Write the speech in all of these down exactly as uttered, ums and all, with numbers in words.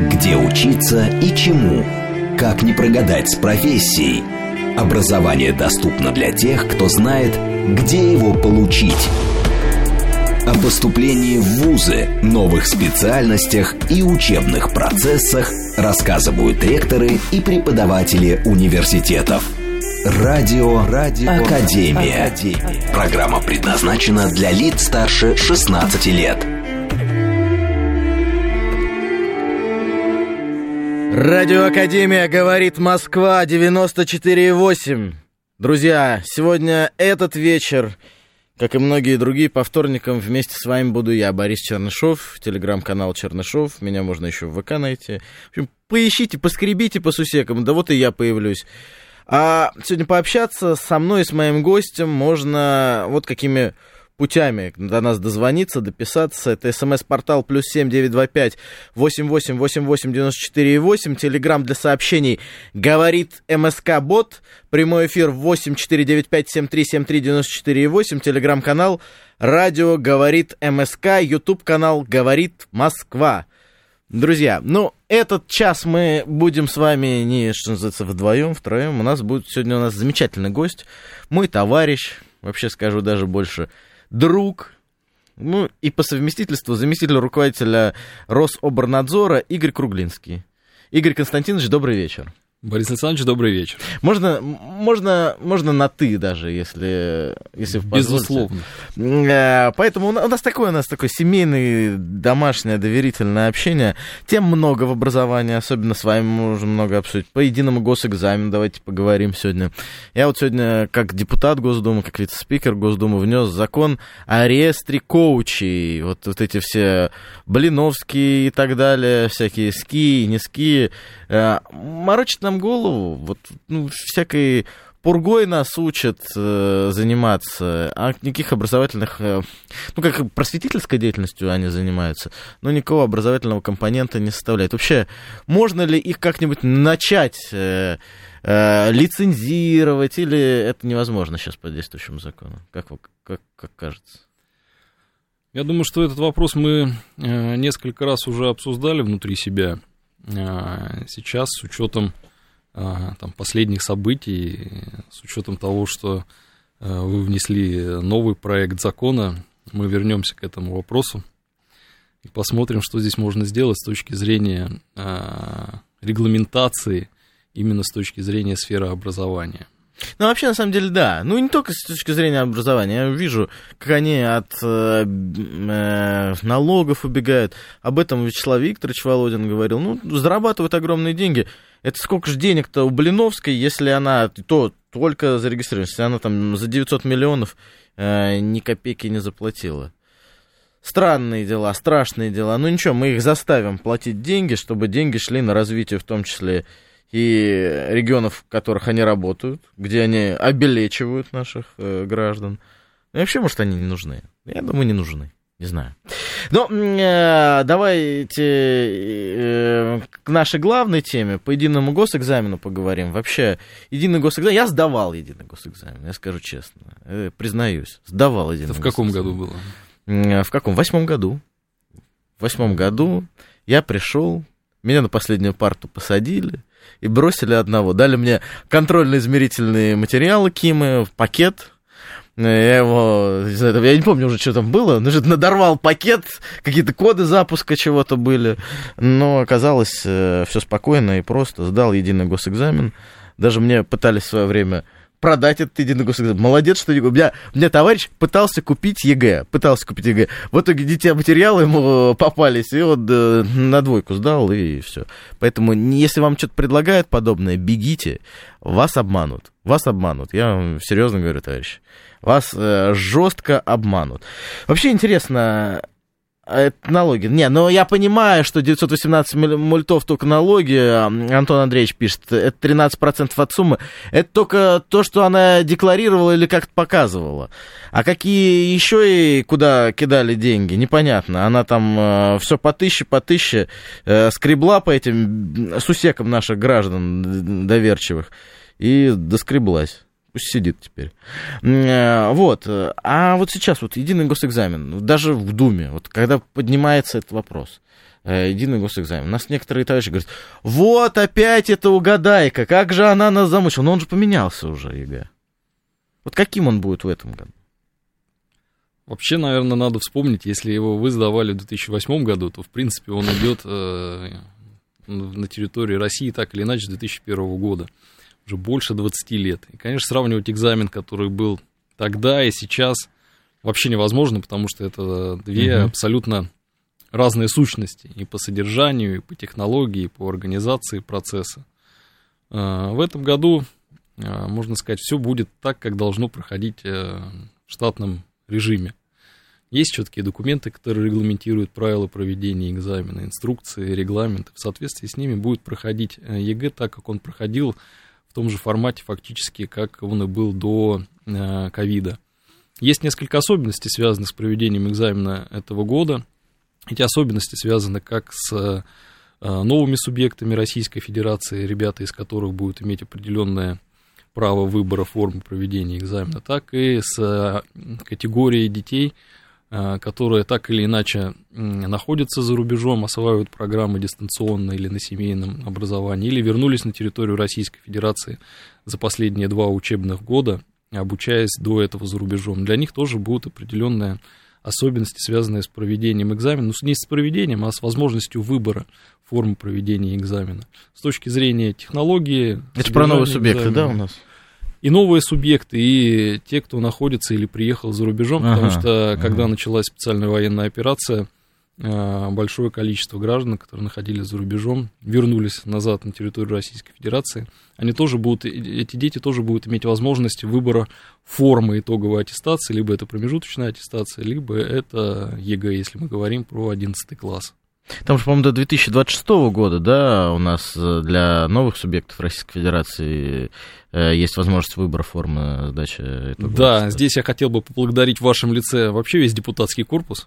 Где учиться и чему? Как не прогадать с профессией? Образование доступно для тех, кто знает, где его получить. О поступлении в вузы, новых специальностях и учебных процессах рассказывают ректоры и преподаватели университетов. Радио, Радио Академия. Академия. Программа предназначена для лиц старше шестнадцати лет. Радио Академия, говорит Москва, девяносто четыре и восемь. Друзья, сегодня этот вечер, как и многие другие, по вторникам вместе с вами буду я, Борис Чернышов, телеграм-канал Чернышов, меня можно еще в ВК найти. В общем, поищите, поскребите по сусекам, да вот и я появлюсь. А сегодня пообщаться со мной и с моим гостем можно вот какими путями до нас дозвониться, дописаться. Это смс-портал плюс семь девять два пять восемь восемь восемь восемь девяносто четыре восемь. Телеграм для сообщений говорит МСК-бот. Прямой эфир восемь четыре девять пять семь три семь три девяносто четыре восемь. Телеграм-канал радио говорит МСК. Ютуб-канал говорит Москва. Друзья, ну, этот час мы будем с вами не, что называется, вдвоем, втроем. У нас будет сегодня у нас замечательный гость, мой товарищ, вообще скажу даже больше, друг, ну, и по совместительству заместитель руководителя Рособорнадзора Игорь Круглинский. Игорь Константинович, добрый вечер. Борис Александрович, добрый вечер. Можно, можно, можно на «ты» даже, если, если вы позволите. Безусловно. Поэтому у нас такое, у нас такое семейное, домашнее, доверительное общение. Тем много в образовании, особенно с вами можем много обсудить. По единому госэкзамену давайте поговорим сегодня. Я вот сегодня, как депутат Госдумы, как вице-спикер Госдумы, внес закон о реестре коучей. Вот, вот эти все Блиновские и так далее, всякие ски, не ски. Морочит нам голову, вот, ну, всякой пургой нас учат э, заниматься, а никаких образовательных, э, ну, как просветительской деятельностью они занимаются, но никакого образовательного компонента не составляет. Вообще, можно ли их как-нибудь начать э, э, лицензировать, или это невозможно сейчас по действующему закону? Как, как, как кажется? Я думаю, что этот вопрос мы э, несколько раз уже обсуждали внутри себя. Сейчас с учетом там, последних событий, с учетом того, что вы внесли новый проект закона, мы вернемся к этому вопросу и посмотрим, что здесь можно сделать с точки зрения регламентации, именно с точки зрения сферы образования. Ну, вообще, на самом деле, да. Ну, не только с точки зрения образования. Я вижу, как они от э, э, налогов убегают. Об этом Вячеслав Викторович Володин говорил. Ну, зарабатывают огромные деньги. Это сколько же денег-то у Блиновской, если она то только зарегистрирована, если она там за девятьсот миллионов э, ни копейки не заплатила. Странные дела, страшные дела. Ну, ничего, мы их заставим платить деньги, чтобы деньги шли на развитие, в том числе и регионов, в которых они работают, где они обелечивают наших э, граждан. Ну, и вообще, может, они не нужны. Я думаю, не нужны. Не знаю. Но э, давайте э, к нашей главной теме, по единому госэкзамену поговорим. Вообще, единый госэкзамен... Я сдавал единый госэкзамен, я скажу честно. Э, признаюсь, сдавал единый госэкзамен. Это в каком году было? Э, в каком? В восьмом году. В восьмом году я пришел, меня на последнюю парту посадили и бросили одного. Дали мне контрольно-измерительные материалы КИМы, пакет. Я его, не знаю, я не помню уже, что там было. Надорвал пакет, какие-то коды запуска чего-то были. Но оказалось все спокойно и просто. Сдал единый госэкзамен. Даже мне пытались в свое время продать этот единый госэкзамен. Молодец, что... У меня, у меня товарищ пытался купить ЕГЭ. Пытался купить ЕГЭ. В итоге те материалы ему попались, и вот э, на двойку сдал, и все. Поэтому, если вам что-то предлагают подобное, бегите. Вас обманут. Вас обманут. Я вам серьезно говорю, товарищи. Вас э, жестко обманут. Вообще интересно... Это налоги. Не, но я понимаю, что девятьсот восемнадцать мультов только налоги, Антон Андреевич пишет, это тринадцать процентов от суммы. Это только то, что она декларировала или как-то показывала. А какие еще и куда кидали деньги, непонятно. Она там э, все по тысяче, по тысяче э, скребла по этим сусекам наших граждан доверчивых и доскреблась. Пусть сидит теперь. Вот. А вот сейчас вот единый госэкзамен, даже в Думе, вот когда поднимается этот вопрос, единый госэкзамен. У нас некоторые товарищи говорят, вот опять эта угадайка, как же она нас замучила. Но он же поменялся уже, ЕГЭ. Вот каким он будет в этом году? Вообще, наверное, надо вспомнить, если его вы сдавали в две тысячи восьмом году, то, в принципе, он идет э, на территории России так или иначе с две тысячи первого года. Уже больше двадцати лет. И, конечно, сравнивать экзамен, который был тогда и сейчас, вообще невозможно, потому что это две угу. абсолютно разные сущности и по содержанию, и по технологии, и по организации процесса. Э, в этом году, э, можно сказать, все будет так, как должно проходить э, в штатном режиме. Есть четкие документы, которые регламентируют правила проведения экзамена, инструкции, регламенты. В соответствии с ними будет проходить ЕГЭ так, как он проходил в том же формате фактически, как он и был до ковида. Есть несколько особенностей, связанных с проведением экзамена этого года. Эти особенности связаны как с новыми субъектами Российской Федерации, ребята из которых будут иметь определенное право выбора формы проведения экзамена, так и с категорией детей, которые так или иначе находятся за рубежом, осваивают программы дистанционно или на семейном образовании, или вернулись на территорию Российской Федерации за последние два учебных года, обучаясь до этого за рубежом. Для них тоже будут определенные особенности, связанные с проведением экзамена, ну, не с проведением, а с возможностью выбора формы проведения экзамена. С точки зрения технологии... Это про новые субъекты, экзамена, да, у нас? И новые субъекты, и те, кто находится или приехал за рубежом, ага, потому что, ага. когда началась специальная военная операция, большое количество граждан, которые находились за рубежом, вернулись назад на территорию Российской Федерации. Они тоже будут, эти дети тоже будут иметь возможность выбора формы итоговой аттестации, либо это промежуточная аттестация, либо это ЕГЭ, если мы говорим про одиннадцатый класс. Там же, по-моему, до две тысячи двадцать шестого года, да, у нас для новых субъектов Российской Федерации есть возможность выбора формы сдачи итоговой Да, аттестации. Здесь я хотел бы поблагодарить в вашем лице вообще весь депутатский корпус.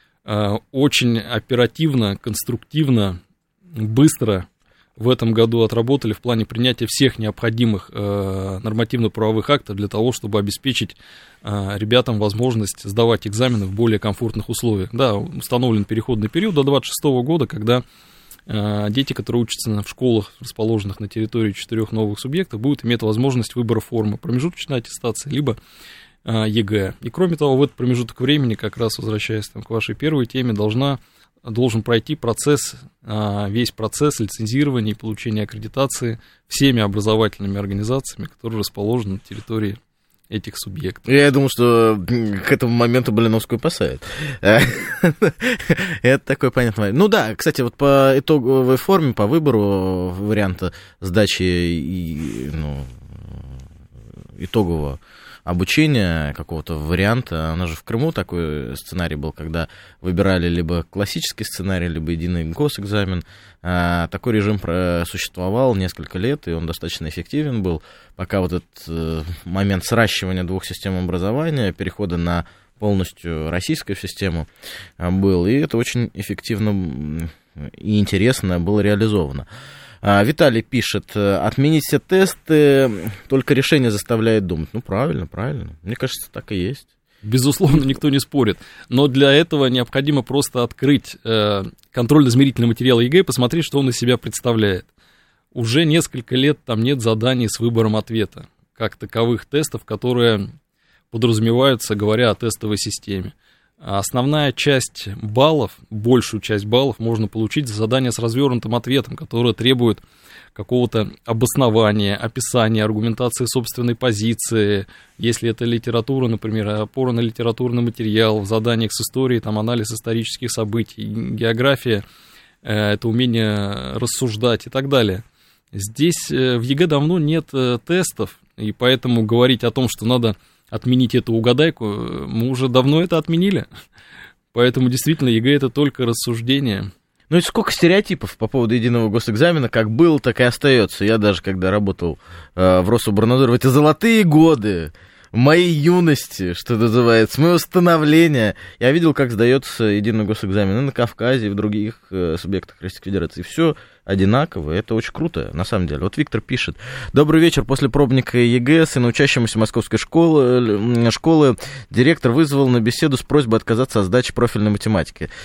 Очень оперативно, конструктивно, быстро в этом году отработали в плане принятия всех необходимых нормативно-правовых актов для того, чтобы обеспечить ребятам возможность сдавать экзамены в более комфортных условиях. Да, установлен переходный период до двадцать шестого года, когда дети, которые учатся в школах, расположенных на территории четырех новых субъектов, будут иметь возможность выбора формы промежуточной аттестации, либо ЕГЭ. И кроме того, в этот промежуток времени, как раз возвращаясь там, к вашей первой теме, должна, должен пройти процесс, весь процесс лицензирования и получения аккредитации всеми образовательными организациями, которые расположены на территории этих субъектов. Я думал, что к этому моменту Блиновскую посадят. Это такой понятный момент. Ну да, кстати, вот по итоговой форме, по выбору варианта сдачи ну, итогового обучения какого-то варианта. У нас же в Крыму такой сценарий был, когда выбирали либо классический сценарий, либо единый госэкзамен. Такой режим существовал несколько лет, и он достаточно эффективен был, пока вот этот момент сращивания двух систем образования, перехода на полностью российскую систему был, и это очень эффективно и интересно было реализовано. Виталий пишет, отменить все тесты, только решение заставляет думать. Ну, правильно, правильно. Мне кажется, так и есть. Безусловно, никто не спорит. Но для этого необходимо просто открыть э, контрольно-измерительный материал ЕГЭ и посмотреть, что он из себя представляет. Уже несколько лет там нет заданий с выбором ответа, как таковых тестов, которые подразумеваются, говоря о тестовой системе. Основная часть баллов, большую часть баллов можно получить за задание с развернутым ответом, которое требует какого-то обоснования, описания, аргументации собственной позиции. Если это литература, например, опора на литературный материал, в заданиях с историей, там анализ исторических событий, география, это умение рассуждать и так далее. Здесь в ЕГЭ давно нет тестов, и поэтому говорить о том, что надо отменить эту угадайку, мы уже давно это отменили. Поэтому действительно ЕГЭ это только рассуждение. Ну и сколько стереотипов по поводу единого госэкзамена, как было, так и остается. Я даже когда работал э, в Рособорнадзоре в эти золотые годы, в моей юности, что называется, с моего становления, я видел, как сдается единый госэкзамен и на Кавказе, и в других э, субъектах Российской Федерации. Все одинаково, это очень круто, на самом деле. Вот Виктор пишет. Добрый вечер. После пробника ЕГЭ сына учащемуся московской школы, школы директор вызвал на беседу с просьбой отказаться от сдачи профильной математики.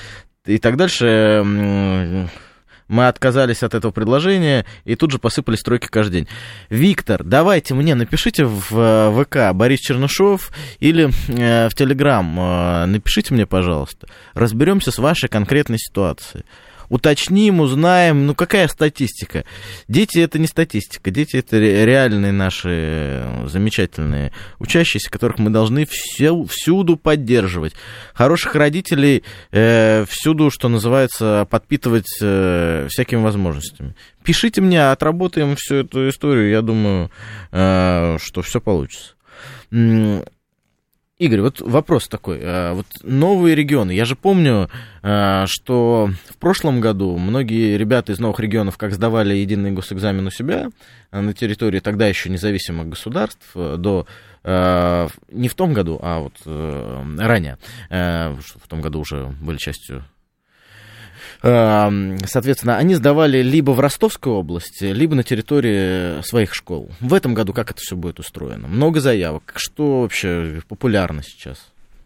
и так дальше. Мы отказались от этого предложения, и тут же посыпались тройки каждый день. Виктор, давайте мне напишите в ВК Борис Чернышов или в Телеграм, напишите мне, пожалуйста. Разберемся с вашей конкретной ситуацией. Уточним, узнаем, ну какая статистика? Дети это не статистика, дети это реальные наши замечательные учащиеся, которых мы должны все, всюду поддерживать. Хороших родителей э, всюду, что называется, подпитывать э, всякими возможностями. Пишите мне, отработаем всю эту историю, я думаю, э, что все получится. Игорь, вот вопрос такой. Вот новые регионы. Я же помню, что в прошлом году многие ребята из новых регионов как сдавали единый госэкзамен у себя на территории тогда еще независимых государств до... Не в том году, а вот ранее. В том году уже были частью... Соответственно, они сдавали либо в Ростовской области, либо на территории своих школ. В этом году как это все будет устроено? Много заявок. Что вообще популярно сейчас?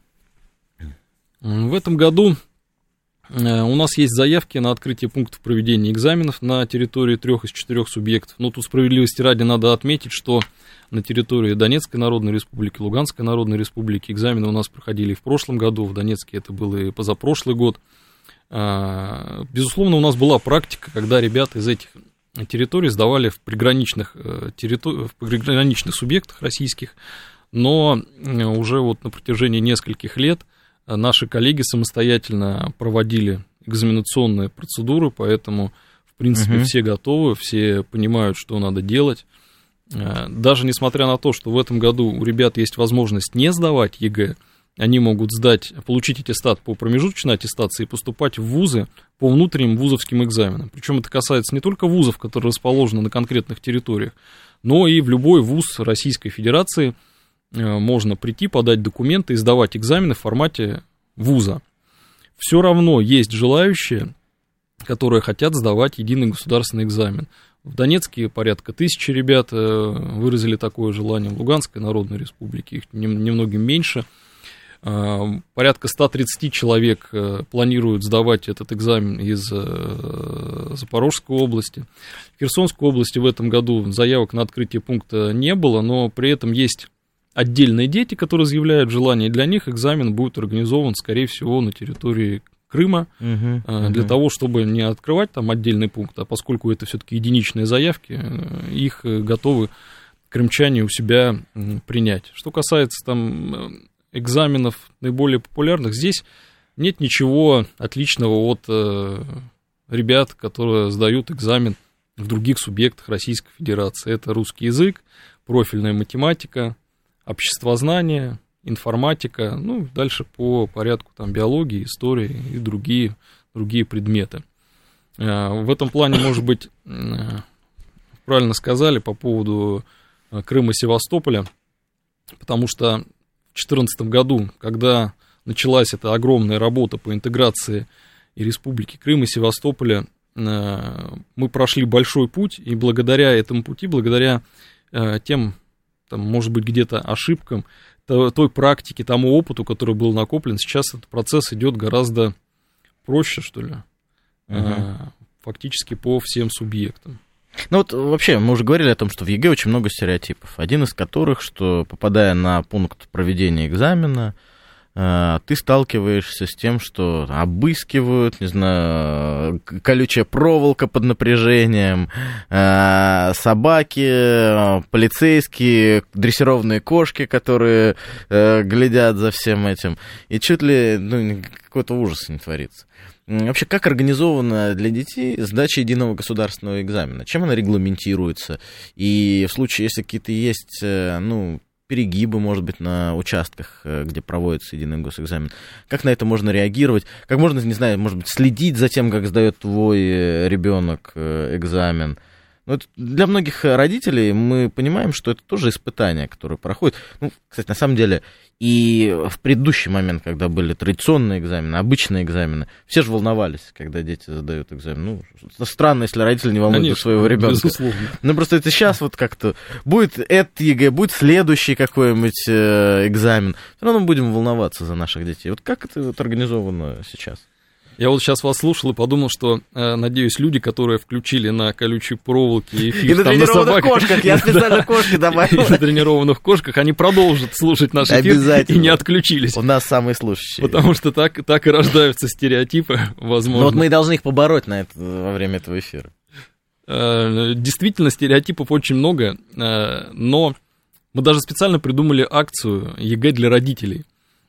В этом году у нас есть заявки на открытие пунктов проведения экзаменов на территории трех из четырех субъектов. Но тут справедливости ради надо отметить, что на территории Донецкой Народной Республики, Луганской Народной Республики экзамены у нас проходили и в прошлом году, в Донецке это было и позапрошлый год. Безусловно, у нас была практика, когда ребята из этих территорий сдавали в приграничных, территори... в приграничных субъектах российских, но уже вот на протяжении нескольких лет наши коллеги самостоятельно проводили экзаменационные процедуры, поэтому, в принципе, uh-huh. все готовы, все понимают, что надо делать. Даже несмотря на то, что в этом году у ребят есть возможность не сдавать ЕГЭ, они могут сдать, получить аттестат по промежуточной аттестации и поступать в вузы по внутренним вузовским экзаменам. Причем это касается не только вузов, которые расположены на конкретных территориях, но и в любой вуз Российской Федерации можно прийти, подать документы и сдавать экзамены в формате вуза. Все равно есть желающие, которые хотят сдавать единый государственный экзамен. В Донецке порядка тысячи ребят выразили такое желание, в Луганской Народной Республике их немногим меньше. Порядка ста тридцати человек планируют сдавать этот экзамен из Запорожской области. В Херсонской области в этом году заявок на открытие пункта не было, но при этом есть отдельные дети, которые заявляют желание, и для них экзамен будет организован, скорее всего, на территории Крыма, uh-huh, uh-huh. для того, чтобы не открывать там отдельный пункт, а поскольку это все-таки единичные заявки, их готовы крымчане у себя принять. Что касается там экзаменов наиболее популярных, здесь нет ничего отличного от э, ребят, которые сдают экзамен в других субъектах Российской Федерации. Это русский язык, профильная математика, обществознание, информатика, ну, дальше по порядку там биологии, истории и другие, другие предметы. Э, в этом плане, может быть, э, правильно сказали по поводу Крыма и Севастополя, потому что в две тысячи четырнадцатом году, когда началась эта огромная работа по интеграции и Республики Крым, и Севастополя, мы прошли большой путь, и благодаря этому пути, благодаря тем, там, может быть, где-то ошибкам, той практике, тому опыту, который был накоплен, сейчас этот процесс идет гораздо проще, что ли, uh-huh. фактически по всем субъектам. Ну вот вообще, мы уже говорили о том, что в ЕГЭ очень много стереотипов, один из которых, что попадая на пункт проведения экзамена, ты сталкиваешься с тем, что обыскивают, не знаю, колючая проволока под напряжением, собаки, полицейские, дрессированные кошки, которые глядят за всем этим, и чуть ли ну, какой-то ужас не творится. Вообще, как организована для детей сдача единого государственного экзамена? Чем она регламентируется? И в случае, если какие-то есть, ну, перегибы, может быть, на участках, где проводится единый госэкзамен, как на это можно реагировать? Как можно, не знаю, может быть, следить за тем, как сдает твой ребенок экзамен? Ну, это для многих родителей мы понимаем, что это тоже испытание, которое проходит. Ну, кстати, на самом деле, и в предыдущий момент, когда были традиционные экзамены, обычные экзамены, все же волновались, когда дети задают экзамен. Ну, странно, если родители не волнуют Конечно, своего ребенка. Безусловно. Ну, просто это сейчас вот как-то будет этот ЕГЭ, будет следующий какой-нибудь экзамен. Все равно будем волноваться за наших детей. Вот как это вот организовано сейчас? Я вот сейчас вас слушал и подумал, что, э, надеюсь, люди, которые включили на колючей проволоке эфир, и на там, тренированных на кошках, я специально кошки добавил. И на тренированных кошках, они продолжат слушать наш эфир и не отключились. У нас самые слушающие. Потому что так, так и рождаются стереотипы, возможно. Но вот мы и должны их побороть на это, во время этого эфира. Действительно, стереотипов очень много, но мы даже специально придумали акцию ЕГЭ для родителей,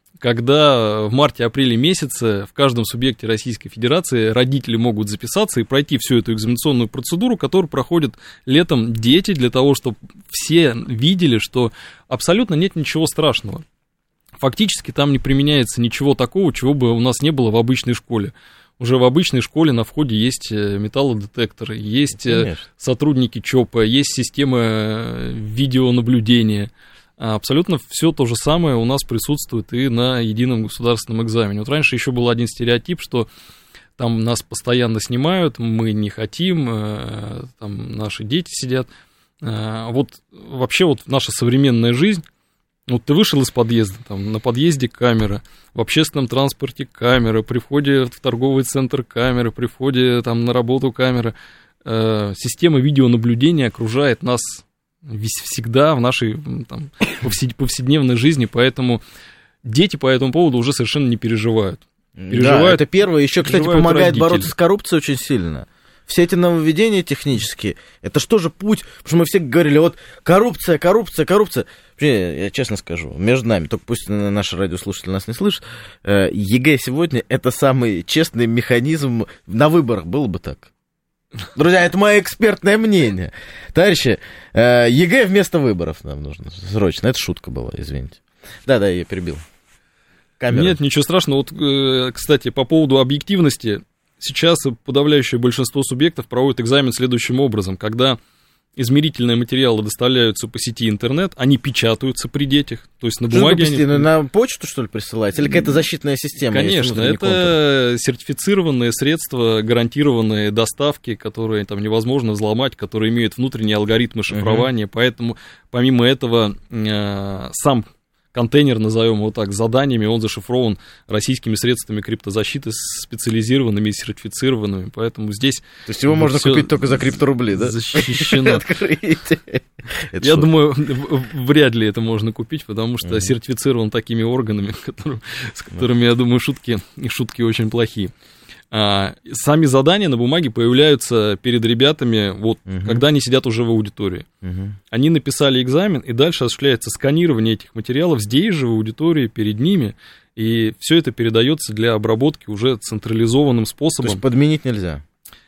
когда в марте-апреле месяце в каждом субъекте Российской Федерации родители могут записаться и пройти всю эту экзаменационную процедуру, которую проходят летом дети, для того, чтобы все видели, что абсолютно нет ничего страшного. Фактически там не применяется ничего такого, чего бы у нас не было в обычной школе. Уже в обычной школе на входе есть металлодетекторы, есть Конечно. сотрудники ЧОПа, есть система видеонаблюдения. Абсолютно все то же самое у нас присутствует и на едином государственном экзамене. Вот раньше еще был один стереотип, что там нас постоянно снимают, мы не хотим, там наши дети сидят. Вот вообще вот наша современная жизнь. Вот ты вышел из подъезда, там на подъезде камера, в общественном транспорте камера, при входе в торговый центр камера, при входе там на работу камера. Э, система видеонаблюдения окружает нас всегда в нашей там, повседневной жизни, поэтому дети по этому поводу уже совершенно не переживают. переживают да, это первое. Еще, кстати, помогает родители. бороться с коррупцией очень сильно. Все эти нововведения технические, это что же путь? Потому что мы все говорили, вот коррупция, коррупция, коррупция. Я честно скажу, между нами, только пусть наши радиослушатели нас не слышат, ЕГЭ сегодня это самый честный механизм на выборах, было бы так. Друзья, это мое экспертное мнение. Товарищи, ЕГЭ вместо выборов нам нужно срочно. Это шутка была, извините. Да-да, я перебил. Камера. Нет, ничего страшного. Вот, кстати, по поводу объективности. Сейчас подавляющее большинство субъектов проводят экзамен следующим образом. Когда измерительные материалы доставляются по сети интернет, они печатаются при детях, то есть на бумаге они... На почту, что ли, присылаете? Или какая-то защитная система? Конечно, это контур? Сертифицированные средства гарантированные доставки, которые там невозможно взломать, которые имеют внутренние алгоритмы шифрования, uh-huh. поэтому помимо этого сам... контейнер, назовем его так, с заданиями, он зашифрован российскими средствами криптозащиты, специализированными и сертифицированными, поэтому здесь... То есть его можно купить только за крипторубли, да? Защищено. Откройте. Я думаю, вряд ли это можно купить, потому что сертифицирован такими органами, с которыми, я думаю, шутки шутки очень плохие. А, сами задания на бумаге появляются перед ребятами, вот, uh-huh. когда они сидят уже в аудитории. Uh-huh. Они написали экзамен, и дальше осуществляется сканирование этих материалов здесь же, в аудитории, перед ними, и все это передается для обработки уже централизованным способом. То есть подменить нельзя?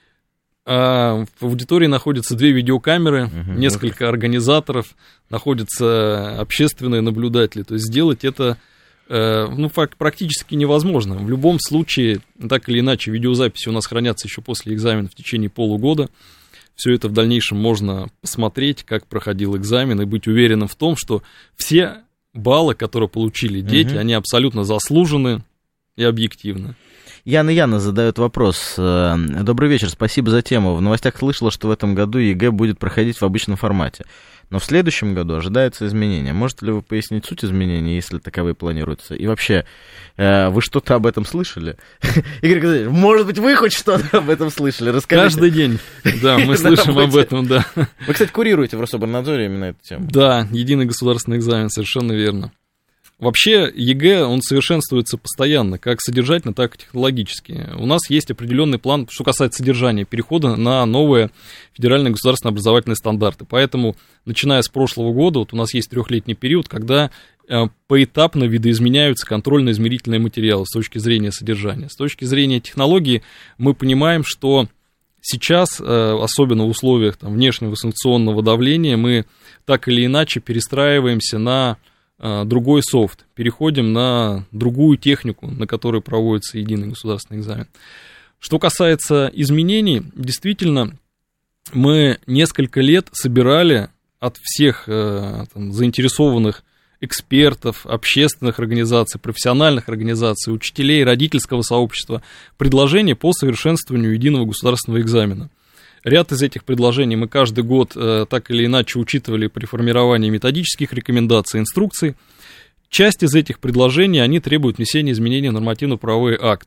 А, в аудитории находятся две видеокамеры, uh-huh. несколько организаторов, находятся общественные наблюдатели, то есть сделать это... Ну, факт, практически невозможно. В любом случае, так или иначе, видеозаписи у нас хранятся еще после экзамена в течение полугода. Все это в дальнейшем можно посмотреть, как проходил экзамен, и быть уверенным в том, что все баллы, которые получили дети, угу. они абсолютно заслужены и объективны. Яна Яна задает вопрос. Добрый вечер, спасибо за тему. В новостях слышала, что в этом году ЕГЭ будет проходить в обычном формате. Но в следующем году ожидаются изменения. Можете ли вы пояснить суть изменений, если таковые планируются? И вообще, вы что-то об этом слышали? Игорь Константинович, может быть, вы хоть что-то об этом слышали? Расскажите. Каждый день, да, мы слышим об этом, да. Вы, кстати, курируете в Рособорнадзоре именно эту тему. Да, единый государственный экзамен, совершенно верно. Вообще, ЕГЭ, он совершенствуется постоянно, как содержательно, так и технологически. У нас есть определенный план, что касается содержания, перехода на новые федеральные государственные образовательные стандарты. Поэтому, начиная с прошлого года, вот у нас есть трехлетний период, когда поэтапно видоизменяются контрольно-измерительные материалы с точки зрения содержания. С точки зрения технологии мы понимаем, что сейчас, особенно в условиях там, внешнего санкционного давления, мы так или иначе перестраиваемся на... другой софт, переходим на другую технику, на которой проводится единый государственный экзамен. Что касается изменений, действительно, мы несколько лет собирали от всех там, заинтересованных экспертов, общественных организаций, профессиональных организаций, учителей, родительского сообщества предложения по совершенствованию единого государственного экзамена. Ряд из этих предложений мы каждый год э, так или иначе учитывали при формировании методических рекомендаций, инструкций. Часть из этих предложений, они требуют внесения изменений в нормативно-правовые акты.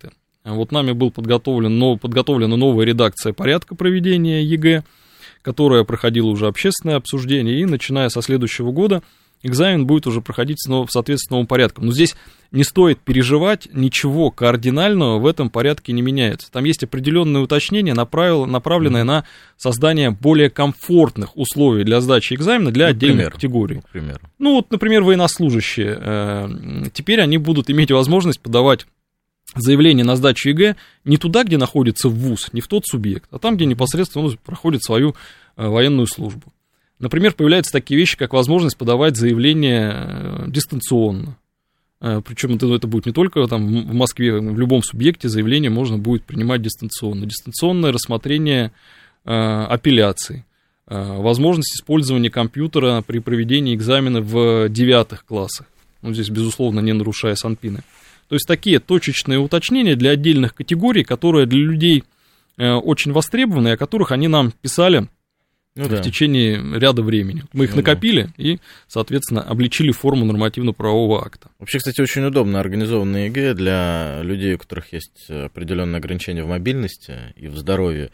Вот нами был подготовлен, но, подготовлена новая редакция порядка проведения ЕГЭ, которая проходила уже общественное обсуждение, и начиная со следующего года экзамен будет уже проходить в соответствии с новым порядком. Но здесь не стоит переживать, ничего кардинального в этом порядке не меняется. Там есть определенные уточнения, направленные на создание более комфортных условий для сдачи экзамена для например, отдельных категорий. Например. Ну вот, например, военнослужащие. Теперь они будут иметь возможность подавать заявление на сдачу ЕГЭ не туда, где находится вуз, не в тот субъект, а там, где непосредственно он проходит свою военную службу. Например, появляются такие вещи, как возможность подавать заявление дистанционно. Причем это, это будет не только там, в Москве, в любом субъекте заявление можно будет принимать дистанционно. Дистанционное рассмотрение э, апелляций, э, возможность использования компьютера при проведении экзамена в девятых классах. Ну, здесь, безусловно, не нарушая санпины. То есть такие точечные уточнения для отдельных категорий, которые для людей э, очень востребованы, о которых они нам писали ну, в да. течение ряда времени. Мы их ну, накопили да. и, соответственно, обличили форму нормативно-правового акта. Вообще, кстати, очень удобно организованные ЕГЭ для людей, у которых есть определенные ограничения в мобильности и в здоровье.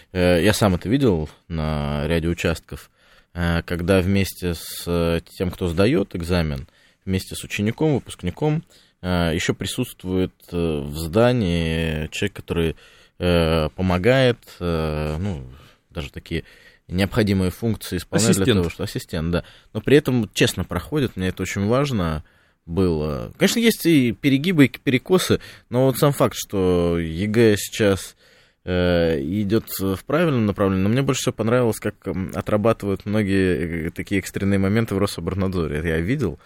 Я сам это видел на ряде участков, когда вместе с тем, кто сдает экзамен, вместе с учеником, выпускником, еще присутствует в здании человек, который помогает, ну, даже такие необходимые функции исполнять ассистент. Для того, что ассистент, да. Но при этом честно проходит, мне это очень важно было. Конечно, есть и перегибы, и перекосы, но вот сам факт, что ЕГЭ сейчас э, идет в правильном направлении, но мне больше всего понравилось, как отрабатывают многие такие экстренные моменты в Рособорнадзоре. Это я видел,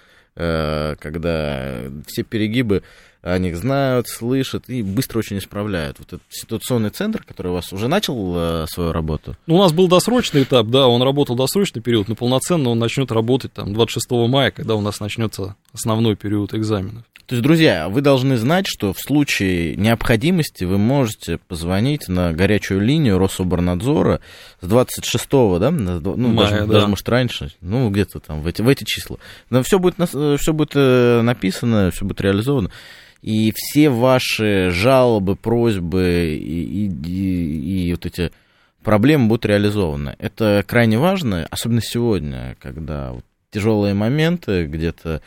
э, когда все перегибы о них знают, слышат и быстро очень исправляют. Вот этот ситуационный центр, который у вас уже начал э, свою работу? Ну, у нас был досрочный этап, да, он работал досрочный период, но полноценно он начнет работать там двадцать шестого мая, когда у нас начнется основной период экзаменов. То есть, друзья, вы должны знать, что в случае необходимости вы можете позвонить на горячую линию Рособорнадзора с двадцать шестого, да, ну, мая, даже, да. даже, может, раньше, ну, где-то там в эти, в эти числа. Но все будет, все будет написано, все будет реализовано. И все ваши жалобы, просьбы и, и, и, и вот эти проблемы будут реализованы. Это крайне важно, особенно сегодня, когда вот тяжелые моменты где-то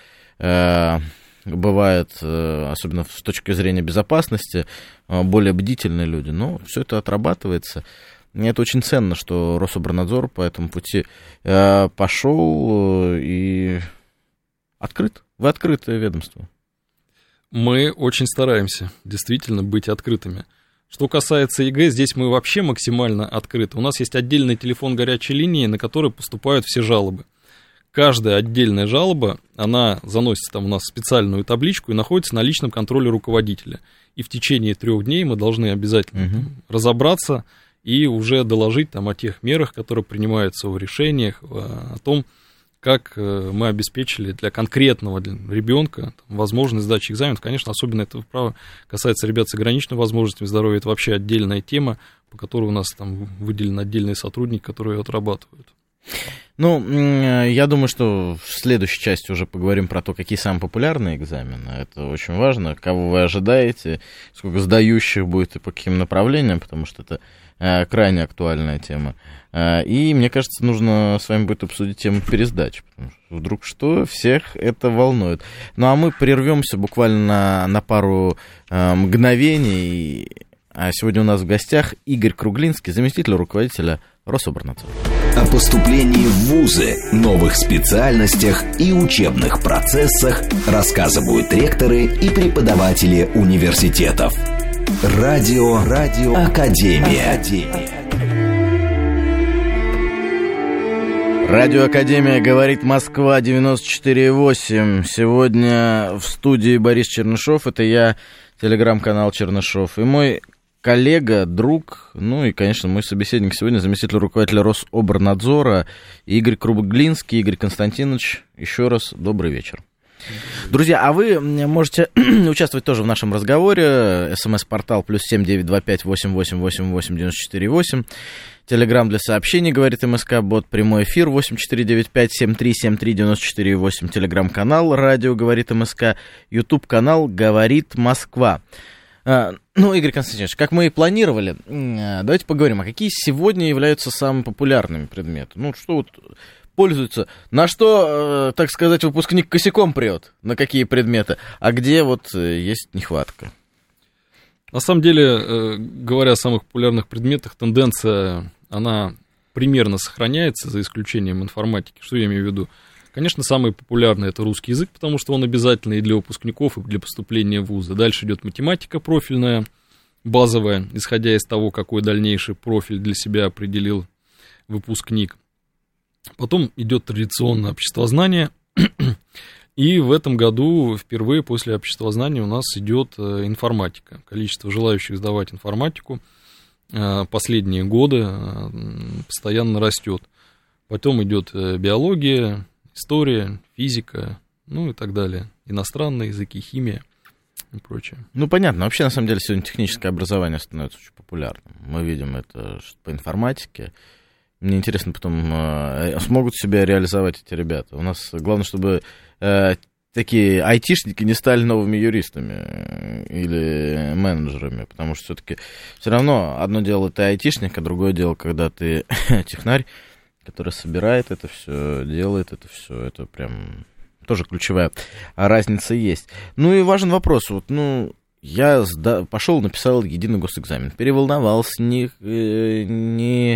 э, бывают, э, особенно с точки зрения безопасности, э, более бдительные люди. Но все это отрабатывается. Мне это очень ценно, что Рособорнадзор по этому пути э, пошел э, и открыт. Вы открытое ведомство. Мы очень стараемся действительно быть открытыми. Что касается ЕГЭ, здесь мы вообще максимально открыты. У нас есть отдельный телефон горячей линии, на который поступают все жалобы. Каждая отдельная жалоба, она заносится там у нас в специальную табличку и находится на личном контроле руководителя. И в течение трех дней мы должны обязательно угу. там, разобраться и уже доложить там, о тех мерах, которые принимаются в решениях, о том, как мы обеспечили для конкретного ребенка возможность сдачи экзаменов. Конечно, особенно это право касается ребят с ограниченными возможностями здоровья. Это вообще отдельная тема, по которой у нас там выделены отдельные сотрудники, которые ее отрабатывают. Ну, я думаю, что в следующей части уже поговорим про то, какие самые популярные экзамены. Это очень важно, кого вы ожидаете, сколько сдающих будет и по каким направлениям, потому что это крайне актуальная тема. И, мне кажется, нужно с вами будет обсудить тему пересдачи, потому что вдруг что, всех это волнует. Ну, а мы прервемся буквально на, на пару э, мгновений. А сегодня у нас в гостях Игорь Круглинский, заместитель руководителя Рособорнадзора. О поступлении в вузы, новых специальностях и учебных процессах рассказывают ректоры и преподаватели университетов. Радио, Радио Академия. Академия. Радио Академия говорит Москва девяносто четыре и восемь. Сегодня в студии Борис Чернышов. Это я, телеграм-канал Чернышов. И мой коллега, друг, ну и, конечно, мой собеседник сегодня, заместитель руководителя Рособорнадзора Игорь Круглинский. Игорь Константинович, еще раз добрый вечер. Друзья, а вы можете участвовать тоже в нашем разговоре. СМС-портал плюс семь девять два пять восемь восемь восемь восемь девяносто четыре восемь. Телеграм для сообщений, говорит МСК, бот, прямой эфир восемь четыре девять пять семь три семь три девяносто четыре восемь. Телеграм-канал радио говорит МСК. Ютуб-канал говорит Москва. А, ну, Игорь Константинович, как мы и планировали, давайте поговорим, а какие сегодня являются самыми популярными предметы? Ну, что вот пользуются, на что, так сказать, выпускник косяком прет, на какие предметы, а где вот есть нехватка? На самом деле, говоря о самых популярных предметах, тенденция, она примерно сохраняется, за исключением информатики. Что я имею в виду? Конечно, самый популярный — это русский язык, потому что он обязательный и для выпускников, и для поступления в вузы. Дальше идет математика профильная, базовая, исходя из того, какой дальнейший профиль для себя определил выпускник. Потом идет традиционное обществознание, и в этом году впервые после обществознания у нас идет информатика. Количество желающих сдавать информатику последние годы постоянно растет. Потом идет биология, история, физика, ну и так далее. Иностранные языки, химия и прочее. Ну, понятно. Вообще, на самом деле, сегодня техническое образование становится очень популярным. Мы видим это по информатике. Мне интересно потом, э, смогут себя реализовать эти ребята. У нас главное, чтобы э, такие айтишники не стали новыми юристами или менеджерами, потому что все-таки все равно одно дело ты айтишник, а другое дело, когда ты технарь, который собирает это все, делает это все, это прям тоже ключевая разница есть. Ну и важен вопрос, вот, ну, я сда... пошел, написал единый госэкзамен, переволновался, не, не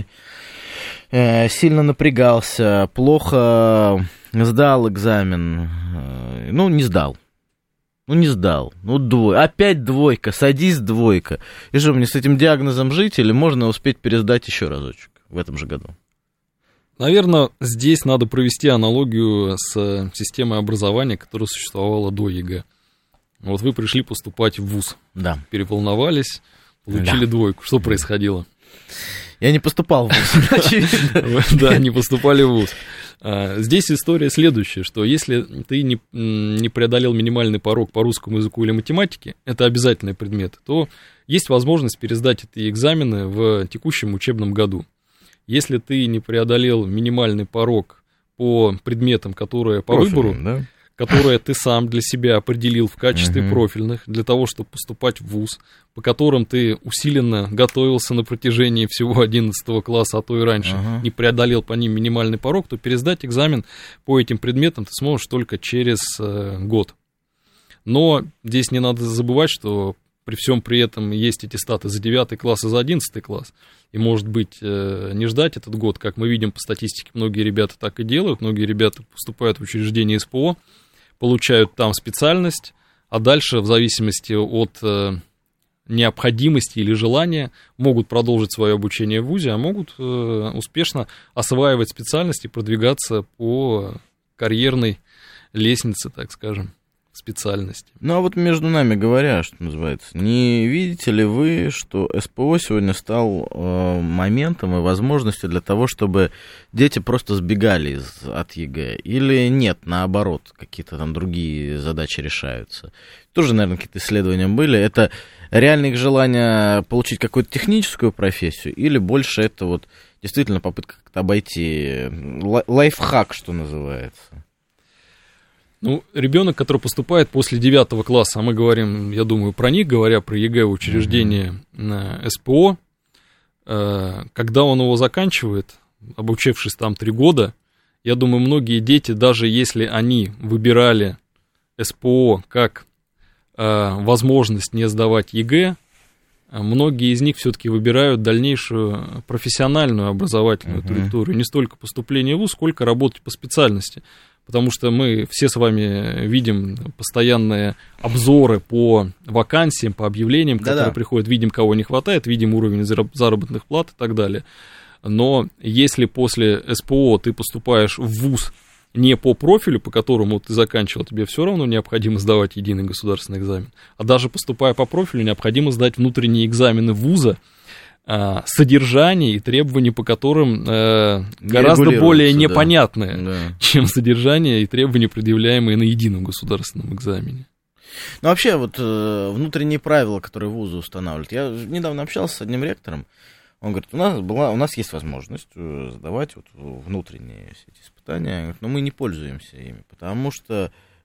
сильно напрягался, плохо сдал экзамен, ну, не сдал. Ну, не сдал. Ну, двойка. Опять двойка. Садись, двойка. И что, мне с этим диагнозом жить или можно успеть пересдать еще разочек в этом же году? Наверное, здесь надо провести аналогию с системой образования, которая существовала до ЕГЭ. Вот вы пришли поступать в вуз. Да. Переволновались, получили да. двойку. Что происходило? Я не поступал в вуз, очевидно. Да, не поступали в вуз. Здесь история следующая, что если ты не, не преодолел минимальный порог по русскому языку или математике, это обязательный предмет, то есть возможность пересдать эти экзамены в текущем учебном году. Если ты не преодолел минимальный порог по предметам, которые по Профильным, выбору, да? которые ты сам для себя определил в качестве uh-huh. профильных, для того, чтобы поступать в вуз, по которым ты усиленно готовился на протяжении всего одиннадцатого класса, а то и раньше, uh-huh. не преодолел по ним минимальный порог, то пересдать экзамен по этим предметам ты сможешь только через э, год. Но здесь не надо забывать, что при всем при этом есть аттестаты за девятый класс и за одиннадцатый класс. И, может быть, не ждать этот год, как мы видим по статистике, многие ребята так и делают. Многие ребята поступают в учреждение СПО, получают там специальность, а дальше, в зависимости от необходимости или желания, могут продолжить свое обучение в вузе, а могут успешно осваивать специальность и продвигаться по карьерной лестнице, так скажем, специальности. Ну, а вот между нами говоря, что называется, не видите ли вы, что СПО сегодня стал э, моментом и возможностью для того, чтобы дети просто сбегали из, от ЕГЭ? Или нет, наоборот, какие-то там другие задачи решаются? Тоже, наверное, какие-то исследования были. Это реально их желание получить какую-то техническую профессию или больше это вот действительно попытка как-то обойти лайфхак, что называется? Ну, ребенок, который поступает после девятого класса, а мы говорим, я думаю, про них, говоря про ЕГЭ в учреждение mm-hmm. СПО, когда он его заканчивает, обучившись там три года, я думаю, многие дети, даже если они выбирали СПО как возможность не сдавать ЕГЭ, многие из них все-таки выбирают дальнейшую профессиональную образовательную mm-hmm. траекторию, не столько поступление в вуз, сколько работать по специальности. Потому что мы все с вами видим постоянные обзоры по вакансиям, по объявлениям, Да-да. которые приходят, видим, кого не хватает, видим уровень заработных плат и так далее. Но если после СПО ты поступаешь в вуз не по профилю, по которому ты заканчивал, тебе все равно необходимо сдавать единый государственный экзамен. А даже поступая по профилю, необходимо сдать внутренние экзамены вуза, содержание и требования, по которым э, гораздо более непонятные, да. чем содержание и требования, предъявляемые на едином государственном экзамене. Ну, вообще, вот э, внутренние правила, которые вузы устанавливают. Я недавно общался с одним ректором, он говорит, у нас, была, у нас есть возможность сдавать вот внутренние все эти испытания, но мы не пользуемся ими, потому что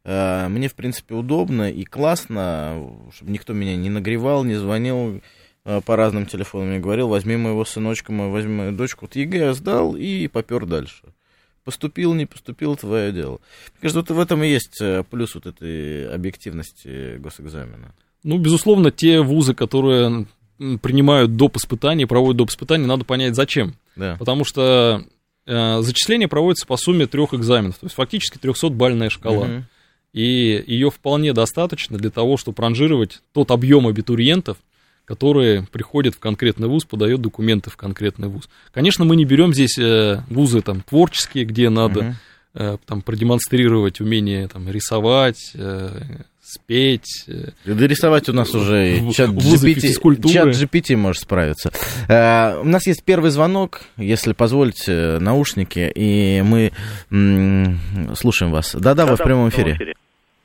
Мне, в принципе, удобно и классно, чтобы никто меня не нагревал, не звонил по разным телефонам, не говорил, возьми моего сыночка, возьми мою дочку. Вот ЕГЭ я сдал и попер дальше. Поступил, не поступил, твое дело. Мне кажется, вот в этом и есть плюс вот этой объективности госэкзамена. Ну, безусловно, те вузы, которые принимают доп. Испытания, проводят доп. Испытания, надо понять, зачем. Да. Потому что э, зачисление проводится по сумме трех экзаменов, то есть фактически трехсотбальная шкала. Угу. И ее вполне достаточно для того, чтобы ранжировать тот объем абитуриентов, которые приходят в конкретный вуз, подают документы в конкретный вуз. Конечно, мы не берем здесь э, вузы там, творческие, где надо угу. э, там, продемонстрировать умение там, рисовать, э, спеть. Да рисовать у нас уже в, чат джи пи ти может справиться. Uh, у нас есть первый звонок, если позволите, наушники, и мы м- слушаем вас. Да-да, вы в прямом эфире. эфире.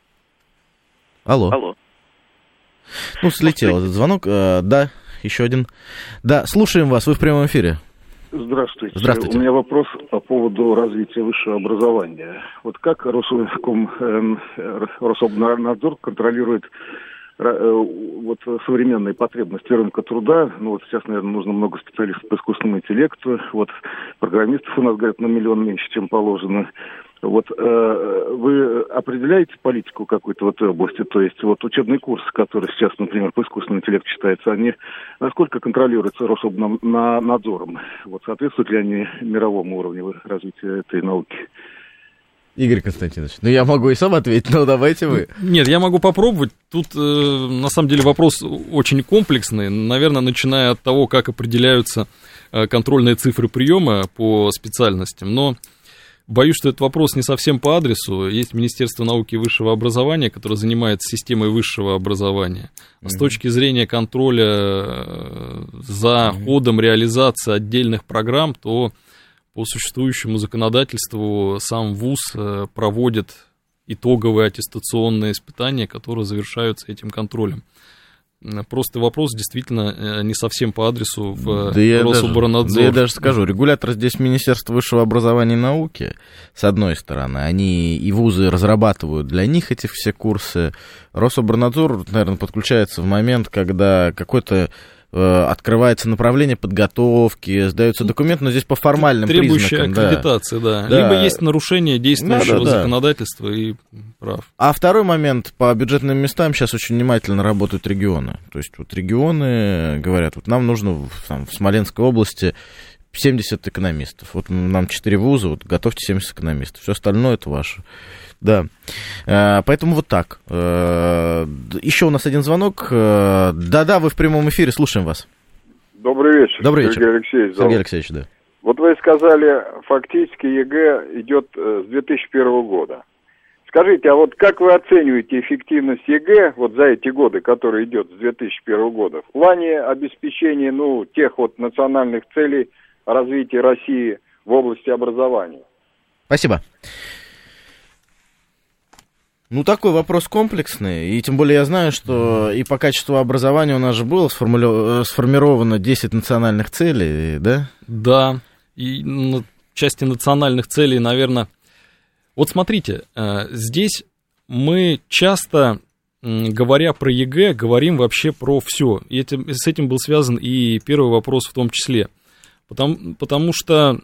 Алло. Алло. Ну, слетел этот звонок. Uh, да, еще один. Да, слушаем вас, вы в прямом эфире. Здравствуйте. Здравствуйте. У меня вопрос по поводу развития высшего образования. Вот как Рособком, э, Рособнадзор контролирует э, вот, современные потребности рынка труда? Ну вот сейчас, наверное, нужно много специалистов по искусственному интеллекту. Вот программистов у нас, говорят, на миллион меньше, чем положено. Вот э, вы определяете политику какую-то в этой области? То есть вот учебные курсы, которые сейчас, например, по искусственному интеллекту читаются, они насколько контролируются Рособнадзором? Вот соответствуют ли они мировому уровню развития этой науки? Игорь Константинович, ну я могу и сам ответить, но давайте вы. Нет, я могу попробовать. Тут, э, на самом деле, вопрос очень комплексный. Наверное, начиная от того, как определяются э, контрольные цифры приема по специальностям. Но боюсь, что этот вопрос не совсем по адресу. Есть Министерство науки и высшего образования, которое занимается системой высшего образования. Uh-huh. С точки зрения контроля за uh-huh. ходом реализации отдельных программ, то по существующему законодательству сам вуз проводит итоговые аттестационные испытания, которые завершаются этим контролем. Просто вопрос действительно не совсем по адресу в да Рособоронадзор. Да я даже скажу, регулятор здесь Министерство высшего образования и науки, с одной стороны, они и вузы разрабатывают для них эти все курсы. Рособоронадзор, наверное, подключается в момент, когда какой-то открывается направление подготовки, сдается документ, но здесь по формальным требующая признакам. Требующая аккредитации, да. да. да. Либо есть нарушение действующего да, да, да. законодательства и прав. А второй момент, по бюджетным местам сейчас очень внимательно работают регионы. То есть вот регионы говорят, вот нам нужно там, в Смоленской области семьдесят экономистов. Вот нам четыре вуза, вот готовьте семьдесят экономистов. Все остальное это ваше. Да, поэтому вот так. Еще у нас один звонок. Да-да, вы в прямом эфире, слушаем вас. Добрый вечер. Добрый вечер. Сергей Алексеевич. Сергей Алексеевич, да. Вот вы сказали, фактически ЕГЭ идет с две тысячи первого года. Скажите, а вот как вы оцениваете эффективность ЕГЭ вот за эти годы, которые идет с две тысячи первого года, в плане обеспечения, ну, тех вот национальных целей развития России в области образования? Спасибо. Ну, такой вопрос комплексный, и тем более я знаю, что и по качеству образования у нас же было сформулё... сформировано десять национальных целей, да? Да, и в части национальных целей, наверное... Вот смотрите, здесь мы часто, говоря про ЕГЭ, говорим вообще про все. И этим, с этим был связан и первый вопрос в том числе. Потому, потому что...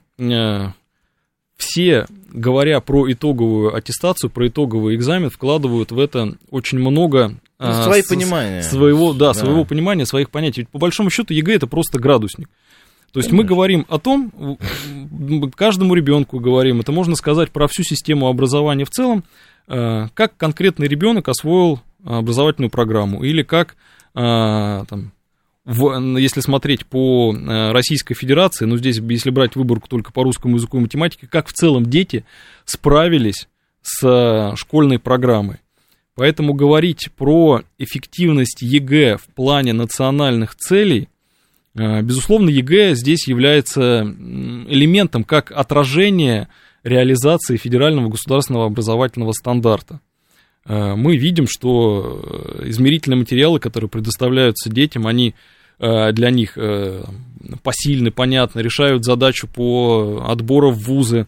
Все, говоря про итоговую аттестацию, про итоговый экзамен, вкладывают в это очень много ну, свои с, понимания. Своего, да, да. своего понимания, своих понятий. Ведь по большому счету ЕГЭ это просто градусник. То есть Конечно. Мы говорим о том, каждому ребенку говорим, это можно сказать про всю систему образования в целом, как конкретный ребенок освоил образовательную программу или как там, В, если смотреть по Российской Федерации, ну, здесь, если брать выборку только по русскому языку и математике, как в целом дети справились с школьной программой. Поэтому говорить про эффективность ЕГЭ в плане национальных целей, безусловно, ЕГЭ здесь является элементом как отражение реализации федерального государственного образовательного стандарта. Мы видим, что измерительные материалы, которые предоставляются детям, они для них посильны, понятны, решают задачу по отбору в вузы,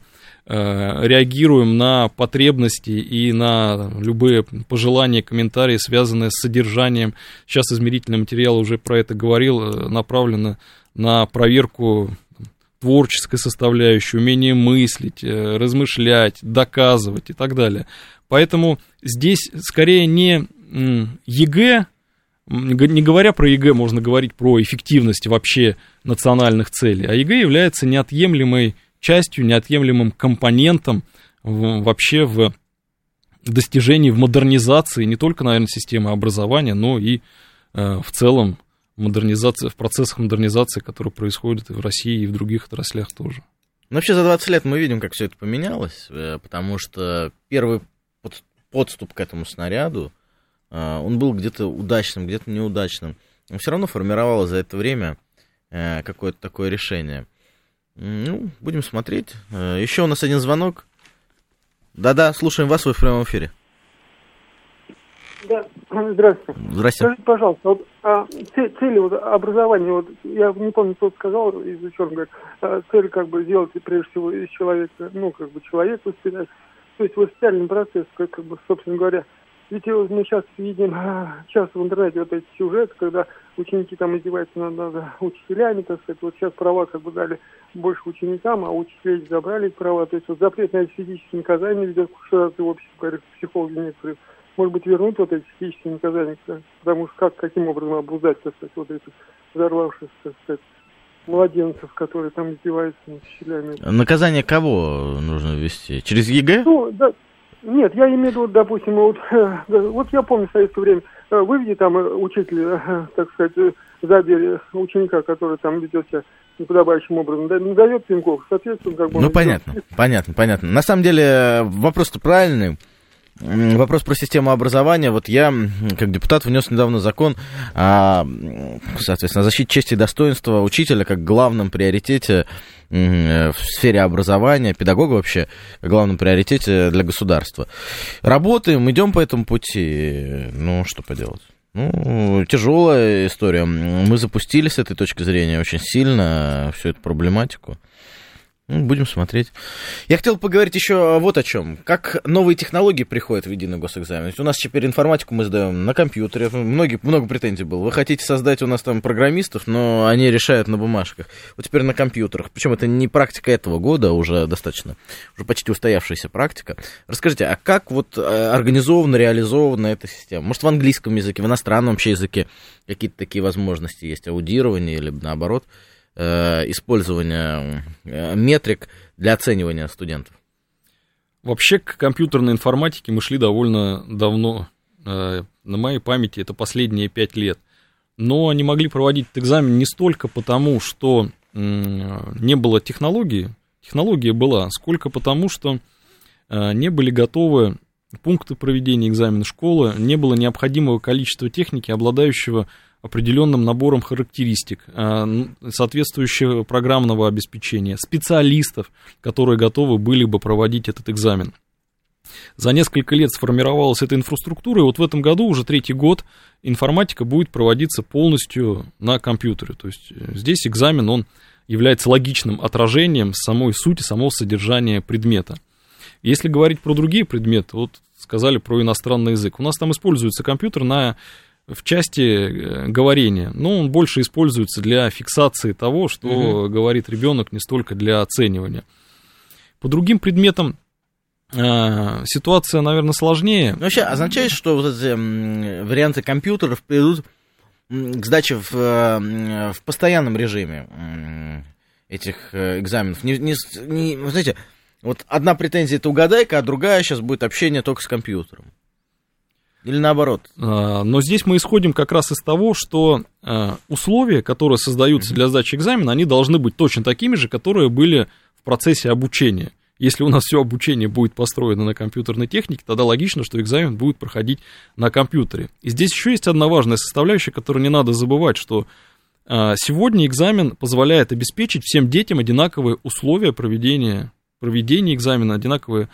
реагируем на потребности и на любые пожелания, комментарии, связанные с содержанием. Сейчас измерительный материал уже про это говорил, направлено на проверку творческой составляющей, умение мыслить, размышлять, доказывать и так далее. Поэтому здесь скорее не ЕГЭ, не говоря про ЕГЭ, можно говорить про эффективность вообще национальных целей, а ЕГЭ является неотъемлемой частью, неотъемлемым компонентом в, вообще в достижении, в модернизации не только, наверное, системы образования, но и э, в целом модернизация, в процессах модернизации, которые происходят и в России, и в других отраслях тоже. Ну, вообще за двадцать лет мы видим, как все это поменялось, потому что первый под, подступ к этому снаряду, он был где-то удачным, где-то неудачным. Но все равно формировалось за это время какое-то такое решение. Ну, будем смотреть. Еще у нас один звонок. Да-да, слушаем вас, вы в прямом эфире. Да, здравствуйте. Здравствуйте. Скажите, пожалуйста, вот, а, цели вот, образования, вот, я не помню, кто сказал из ученых, говорит, а, цель как бы сделать прежде всего из человека, ну, как бы человек воспитать, то есть воспитательный процесс, как, как бы, собственно говоря, ведь вот мы сейчас видим а, часто в интернете вот эти сюжеты, когда ученики там издеваются над, над учителями, так сказать, вот сейчас права как бы дали больше ученикам, а учителей забрали права, то есть вот запрет на эти физические наказания ведет к ужасной обществу, говорят психологи некоторые. Может быть, вернуть вот эти физические наказания, потому что как, каким образом обуздать, так сказать, вот этих взорвавшихся, так сказать, младенцев, которые там издеваются над учителями. Наказание кого нужно ввести? Через ЕГЭ? Ну, да, нет, я имею в виду, допустим, вот, вот я помню в советское время, выведи там учитель, так сказать, за дверь ученика, который там ведет себя неподобающим образом, дает пинков, соответственно, как бы... Ну, понятно, идет. понятно, понятно. На самом деле, вопрос-то правильный. Вопрос про систему образования. Вот я, как депутат, внес недавно закон о, соответственно, защите чести и достоинства учителя как главном приоритете в сфере образования, педагога вообще, как главном приоритете для государства. Работаем, идем по этому пути. Ну, что поделать. Ну, тяжелая история. Мы запустили с этой точки зрения очень сильно всю эту проблематику. Ну, будем смотреть. Я хотел поговорить еще вот о чем. Как новые технологии приходят в единый госэкзамен. У нас теперь информатику мы сдаем на компьютере. Многие, много претензий было. Вы хотите создать у нас там программистов, но они решают на бумажках. Вот теперь на компьютерах. Причем это не практика этого года, уже достаточно, уже почти устоявшаяся практика. Расскажите, а как вот организована, реализована эта система? Может, в английском языке, в иностранном вообще языке какие-то такие возможности есть, аудирование или наоборот? Использования метрик для оценивания студентов? Вообще к компьютерной информатике мы шли довольно давно. На моей памяти это последние пять лет. Но не могли проводить этот экзамен не столько потому, что не было технологии, технология была, сколько потому, что не были готовы пункты проведения экзамена школы, не было необходимого количества техники, обладающего определенным набором характеристик, соответствующего программного обеспечения, специалистов, которые готовы были бы проводить этот экзамен. За несколько лет сформировалась эта инфраструктура, и вот в этом году, уже третий год, информатика будет проводиться полностью на компьютере. То есть здесь экзамен, он является логичным отражением самой сути, самого содержания предмета. Если говорить про другие предметы, вот сказали про иностранный язык, у нас там используется компьютер на... в части говорения, но он больше используется для фиксации того, что uh-huh. говорит ребенок, не столько для оценивания. По другим предметам э, ситуация, наверное, сложнее. Ну, вообще означает, что вот эти варианты компьютеров придут к сдаче в, в постоянном режиме этих экзаменов. Не, не, не, вы знаете, вот одна претензия — это угадайка, а другая сейчас будет общение только с компьютером. Или наоборот? Но здесь мы исходим как раз из того, что условия, которые создаются для сдачи экзамена, они должны быть точно такими же, которые были в процессе обучения. Если у нас все обучение будет построено на компьютерной технике, тогда логично, что экзамен будет проходить на компьютере. И здесь еще есть одна важная составляющая, которую не надо забывать, что сегодня экзамен позволяет обеспечить всем детям одинаковые условия проведения, проведения экзамена, одинаковые...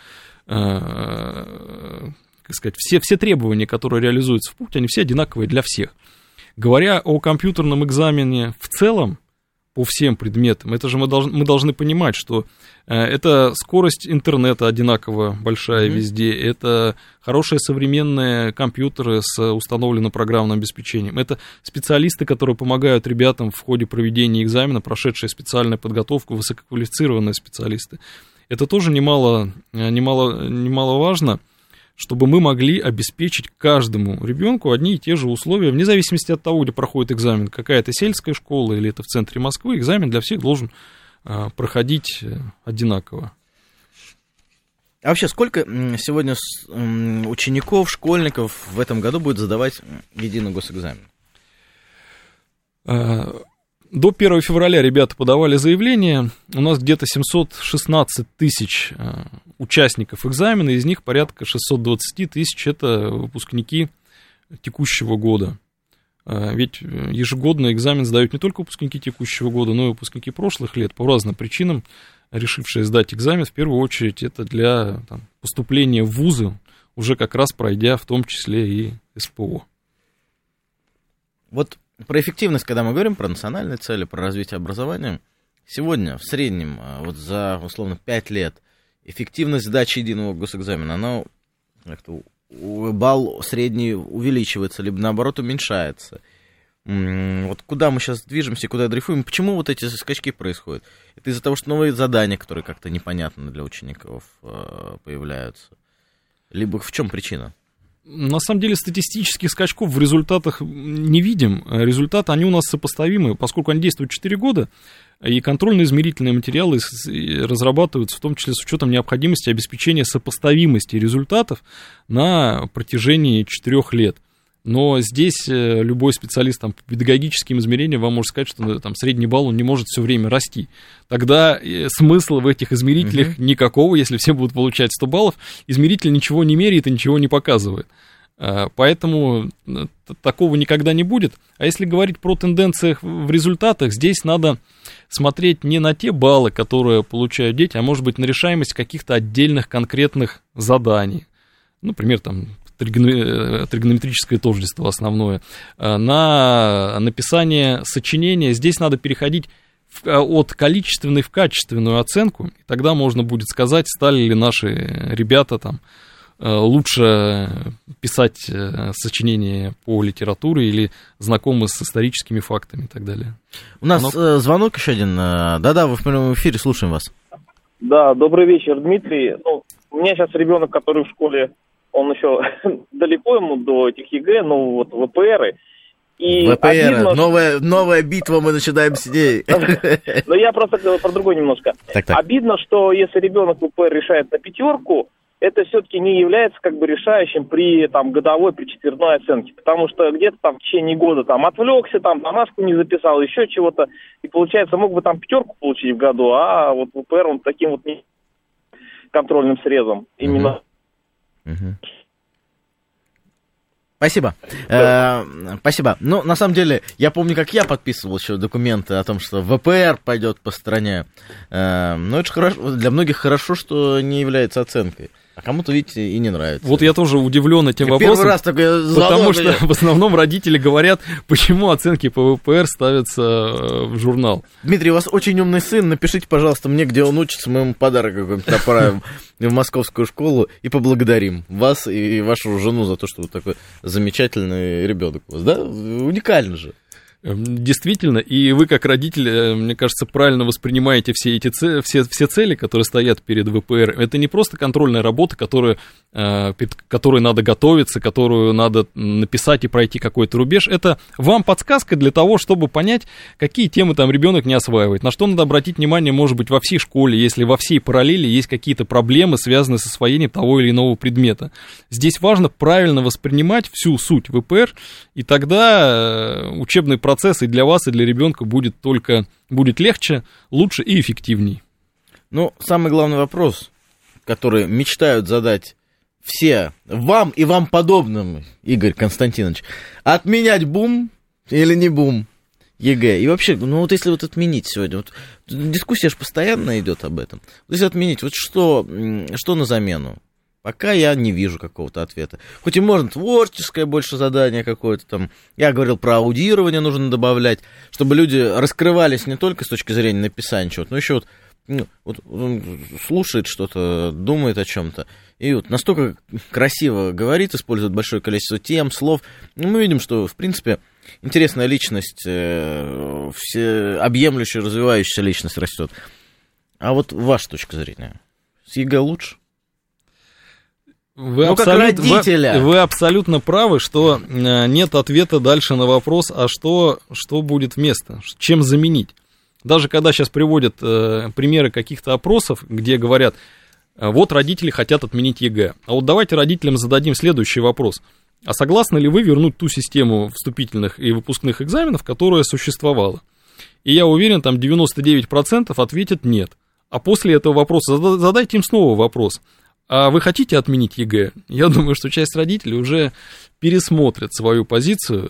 как сказать, все, все требования, которые реализуются в пункте, они все одинаковые для всех. Говоря о компьютерном экзамене в целом, по всем предметам. Это же мы должны, мы должны понимать, что э, это скорость интернета одинаково большая mm-hmm. везде, это хорошие современные компьютеры с установленным программным обеспечением, это специалисты, которые помогают ребятам в ходе проведения экзамена, прошедшие специальную подготовку, высококвалифицированные специалисты. Это тоже немало, немало, немаловажно, чтобы мы могли обеспечить каждому ребенку одни и те же условия, вне зависимости от того, где проходит экзамен, какая-то сельская школа или это в центре Москвы, экзамен для всех должен а, проходить одинаково. А вообще, сколько сегодня учеников, школьников в этом году будет сдавать единый госэкзамен? А, до первого февраля ребята подавали заявление, у нас где-то семьсот шестнадцать тысяч участников экзамена, из них порядка шестьсот двадцать тысяч это выпускники текущего года. Ведь ежегодно экзамен сдают не только выпускники текущего года, но и выпускники прошлых лет по разным причинам, решившие сдать экзамен, в первую очередь это для там, поступления в вузы, уже как раз пройдя в том числе и СПО. Вот про эффективность, когда мы говорим про национальные цели, про развитие образования, сегодня в среднем вот за условно пять лет эффективность сдачи единого госэкзамена, она как-то, балл средний увеличивается, либо наоборот уменьшается. Вот куда мы сейчас движемся, куда дрейфуем, почему вот эти скачки происходят? Это из-за того, что новые задания, которые как-то непонятны для учеников, появляются? Либо в чем причина? На самом деле статистических скачков в результатах не видим. Результаты, они у нас сопоставимы, поскольку они действуют четыре года, и контрольно-измерительные материалы разрабатываются, в том числе с учетом необходимости обеспечения сопоставимости результатов на протяжении четырех лет. Но здесь любой специалист там, по педагогическим измерениям вам может сказать, что там, средний балл он не может все время расти. Тогда смысла в этих измерителях uh-huh. никакого, если все будут получать сто баллов, измеритель ничего не меряет и ничего не показывает. Поэтому такого никогда не будет. А если говорить про тенденции в результатах, здесь надо смотреть не на те баллы, которые получают дети, а может быть на решаемость каких-то отдельных конкретных заданий. Например, там тригонометрическое тождество основное, на написание сочинения. Здесь надо переходить в, от количественной в качественную оценку, и тогда можно будет сказать, стали ли наши ребята там лучше писать сочинения по литературе или знакомы с историческими фактами и так далее. У нас звонок, звонок еще один. Да-да, вы в прямом эфире, слушаем вас. Да, добрый вечер, Дмитрий. Ну, у меня сейчас ребенок, который в школе, он еще далеко ему до этих ЕГЭ, но вот ВПРы. И ВПР, обидно, новая, новая битва, мы начинаем с ней. Но я просто про другое немножко. Так, так. Обидно, что если ребенок ВПР решает на пятерку, это все-таки не является как бы решающим при там, годовой, при четвертной оценке. Потому что где-то там в течение года там отвлекся, там домашку не записал, еще чего-то. И получается, мог бы там пятерку получить в году, а вот ВПР он таким вот не контрольным срезом. Именно. Угу. Спасибо. Да. Э, спасибо. Ну, на самом деле, я помню, как я подписывал еще документы о том, что ВПР пойдет по стране. Э, но это же хорошо, для многих хорошо, что не является оценкой. А кому-то, видите, и не нравится. Вот я тоже удивлен этим я вопросом. Первый раз такой потому что в основном родители говорят, почему оценки по ВПР ставятся в журнал. Дмитрий, у вас очень умный сын. Напишите, пожалуйста, мне, где он учится, мы ему подарок какой-нибудь отправим в московскую школу и поблагодарим вас и вашу жену за то, что вы такой замечательный ребенок у вас. Да? Уникально же. Действительно, и вы, как родитель, мне кажется, правильно воспринимаете все эти цели, все, все цели, которые стоят перед ВПР. Это не просто контрольная работа, которая, перед которой надо готовиться, которую надо написать и пройти какой-то рубеж. Это вам подсказка для того, чтобы понять, какие темы там ребенок не осваивает, на что надо обратить внимание, может быть, во всей школе, если во всей параллели есть какие-то проблемы, связанные с освоением того или иного предмета. Здесь важно правильно воспринимать всю суть ВПР, и тогда учебный процесс Процесс и для вас, и для ребенка будет только будет легче, лучше и эффективней. Ну, самый главный вопрос, который мечтают задать все вам и вам подобным, Игорь Константинович, отменять бум или не бум ЕГЭ? И вообще, ну вот если вот отменить сегодня, вот дискуссия же постоянно идет об этом. Если отменить, вот что, что на замену? Пока я не вижу какого-то ответа. Хоть и можно творческое больше задание какое-то там. Я говорил про аудирование нужно добавлять, чтобы люди раскрывались не только с точки зрения написания чего-то, но еще вот, ну, вот он слушает что-то, думает о чем-то. И вот настолько красиво говорит, использует большое количество тем, слов. И мы видим, что, в принципе, интересная личность, все, объемлющая, развивающаяся личность растет. А вот ваша точка зрения? С ЕГЭ лучше? Вы, ну, абсолют, вы, вы абсолютно правы, что нет ответа дальше на вопрос, а что, что будет вместо, чем заменить. Даже когда сейчас приводят э, примеры каких-то опросов, где говорят, вот родители хотят отменить ЕГЭ. А вот давайте родителям зададим следующий вопрос. А согласны ли вы вернуть ту систему вступительных и выпускных экзаменов, которая существовала? И я уверен, там девяносто девять процентов ответят нет. А после этого вопроса задайте им снова вопрос. А вы хотите отменить ЕГЭ? Я думаю, что часть родителей уже пересмотрят свою позицию.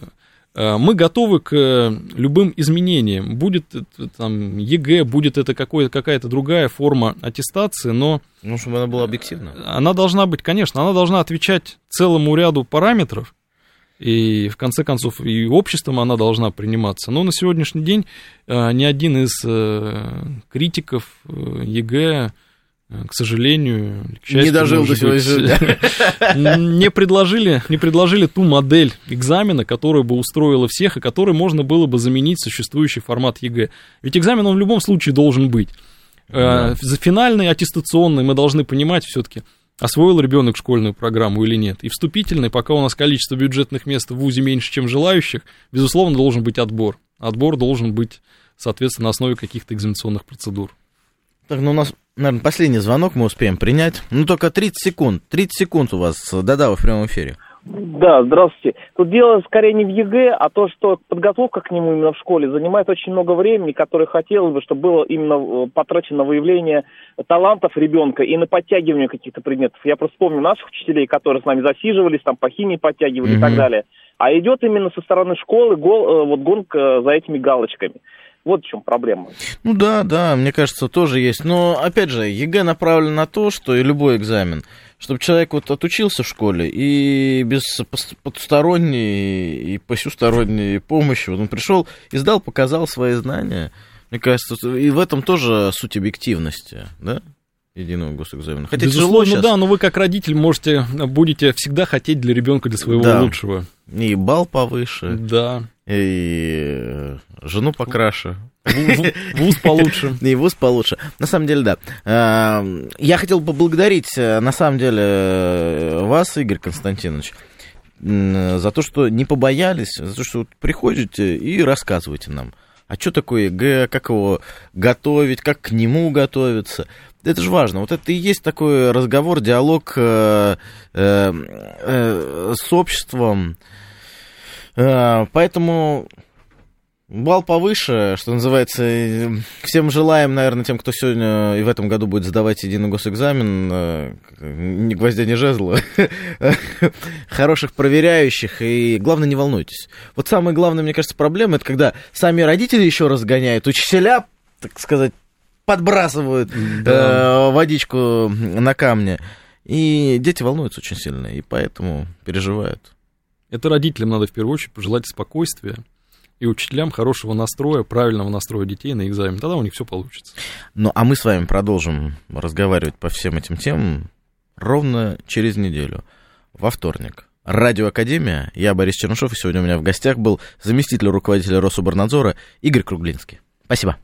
Мы готовы к любым изменениям. Будет там ЕГЭ, будет это какая-то другая форма аттестации, но... Ну, чтобы она была объективна. Она должна быть, конечно, она должна отвечать целому ряду параметров, и, в конце концов, и обществом она должна приниматься. Но на сегодняшний день ни один из критиков ЕГЭ, к сожалению, к счастью, не дожил до сегодняшнего дня. Не предложили, не предложили ту модель экзамена, которая бы устроила всех, и которой можно было бы заменить существующий формат ЕГЭ. Ведь экзамен он в любом случае должен быть. Да. За финальный, аттестационный мы должны понимать все-таки, освоил ребенок школьную программу или нет. И вступительный, пока у нас количество бюджетных мест в вузе меньше, чем желающих, безусловно, должен быть отбор. Отбор должен быть, соответственно, на основе каких-то экзаменационных процедур. Так, ну у нас, наверное, последний звонок мы успеем принять. Ну, только тридцать секунд. тридцать секунд у вас. Да-да, вы в прямом эфире. Да, здравствуйте. Тут дело скорее не в ЕГЭ, а то, что подготовка к нему именно в школе занимает очень много времени, которое хотелось бы, чтобы было именно потрачено на выявление талантов ребенка и на подтягивание каких-то предметов. Я просто помню наших учителей, которые с нами засиживались, там по химии подтягивали mm-hmm. и так далее. А идет именно со стороны школы гол, вот гонка за этими галочками. Вот в чем проблема. Ну да, да, мне кажется, тоже есть. Но, опять же, ЕГЭ направлен на то, что и любой экзамен, чтобы человек вот отучился в школе и без потусторонней и посюсторонней помощи, вот он пришел и сдал, показал свои знания. Мне кажется, и в этом тоже суть объективности, да? Единого госэкзамена. Хотя безусловно, тяжело сейчас. Да, но вы как родитель можете, будете всегда хотеть для ребенка, для своего да. лучшего. И балл повыше. Да. И жену покраше. Вуз получше. И вуз получше. На самом деле, да. Я хотел поблагодарить, на самом деле, вас, Игорь Константинович, за то, что не побоялись, за то, что приходите и рассказываете нам. А что такое ЕГЭ, как его готовить, как к нему готовиться. Это же важно. Вот это и есть такой разговор, диалог э, э, э, с обществом. Э, поэтому балл повыше, что называется. Всем желаем, наверное, тем, кто сегодня и в этом году будет сдавать единый госэкзамен, э, ни гвоздя, ни жезла, хороших проверяющих. И главное, не волнуйтесь. Вот самая главная, мне кажется, проблема, это когда сами родители еще разгоняют, учителя, так сказать, подбрасывают да. э, водичку на камне. И дети волнуются очень сильно, и поэтому переживают. Это родителям надо в первую очередь пожелать спокойствия и учителям хорошего настроя, правильного настроя детей на экзамен. Тогда у них все получится. Ну, а мы с вами продолжим разговаривать по всем этим темам ровно через неделю, во вторник. Радио Академия, я Борис Чернышов, и сегодня у меня в гостях был заместитель руководителя Рособорнадзора Игорь Круглинский. Спасибо.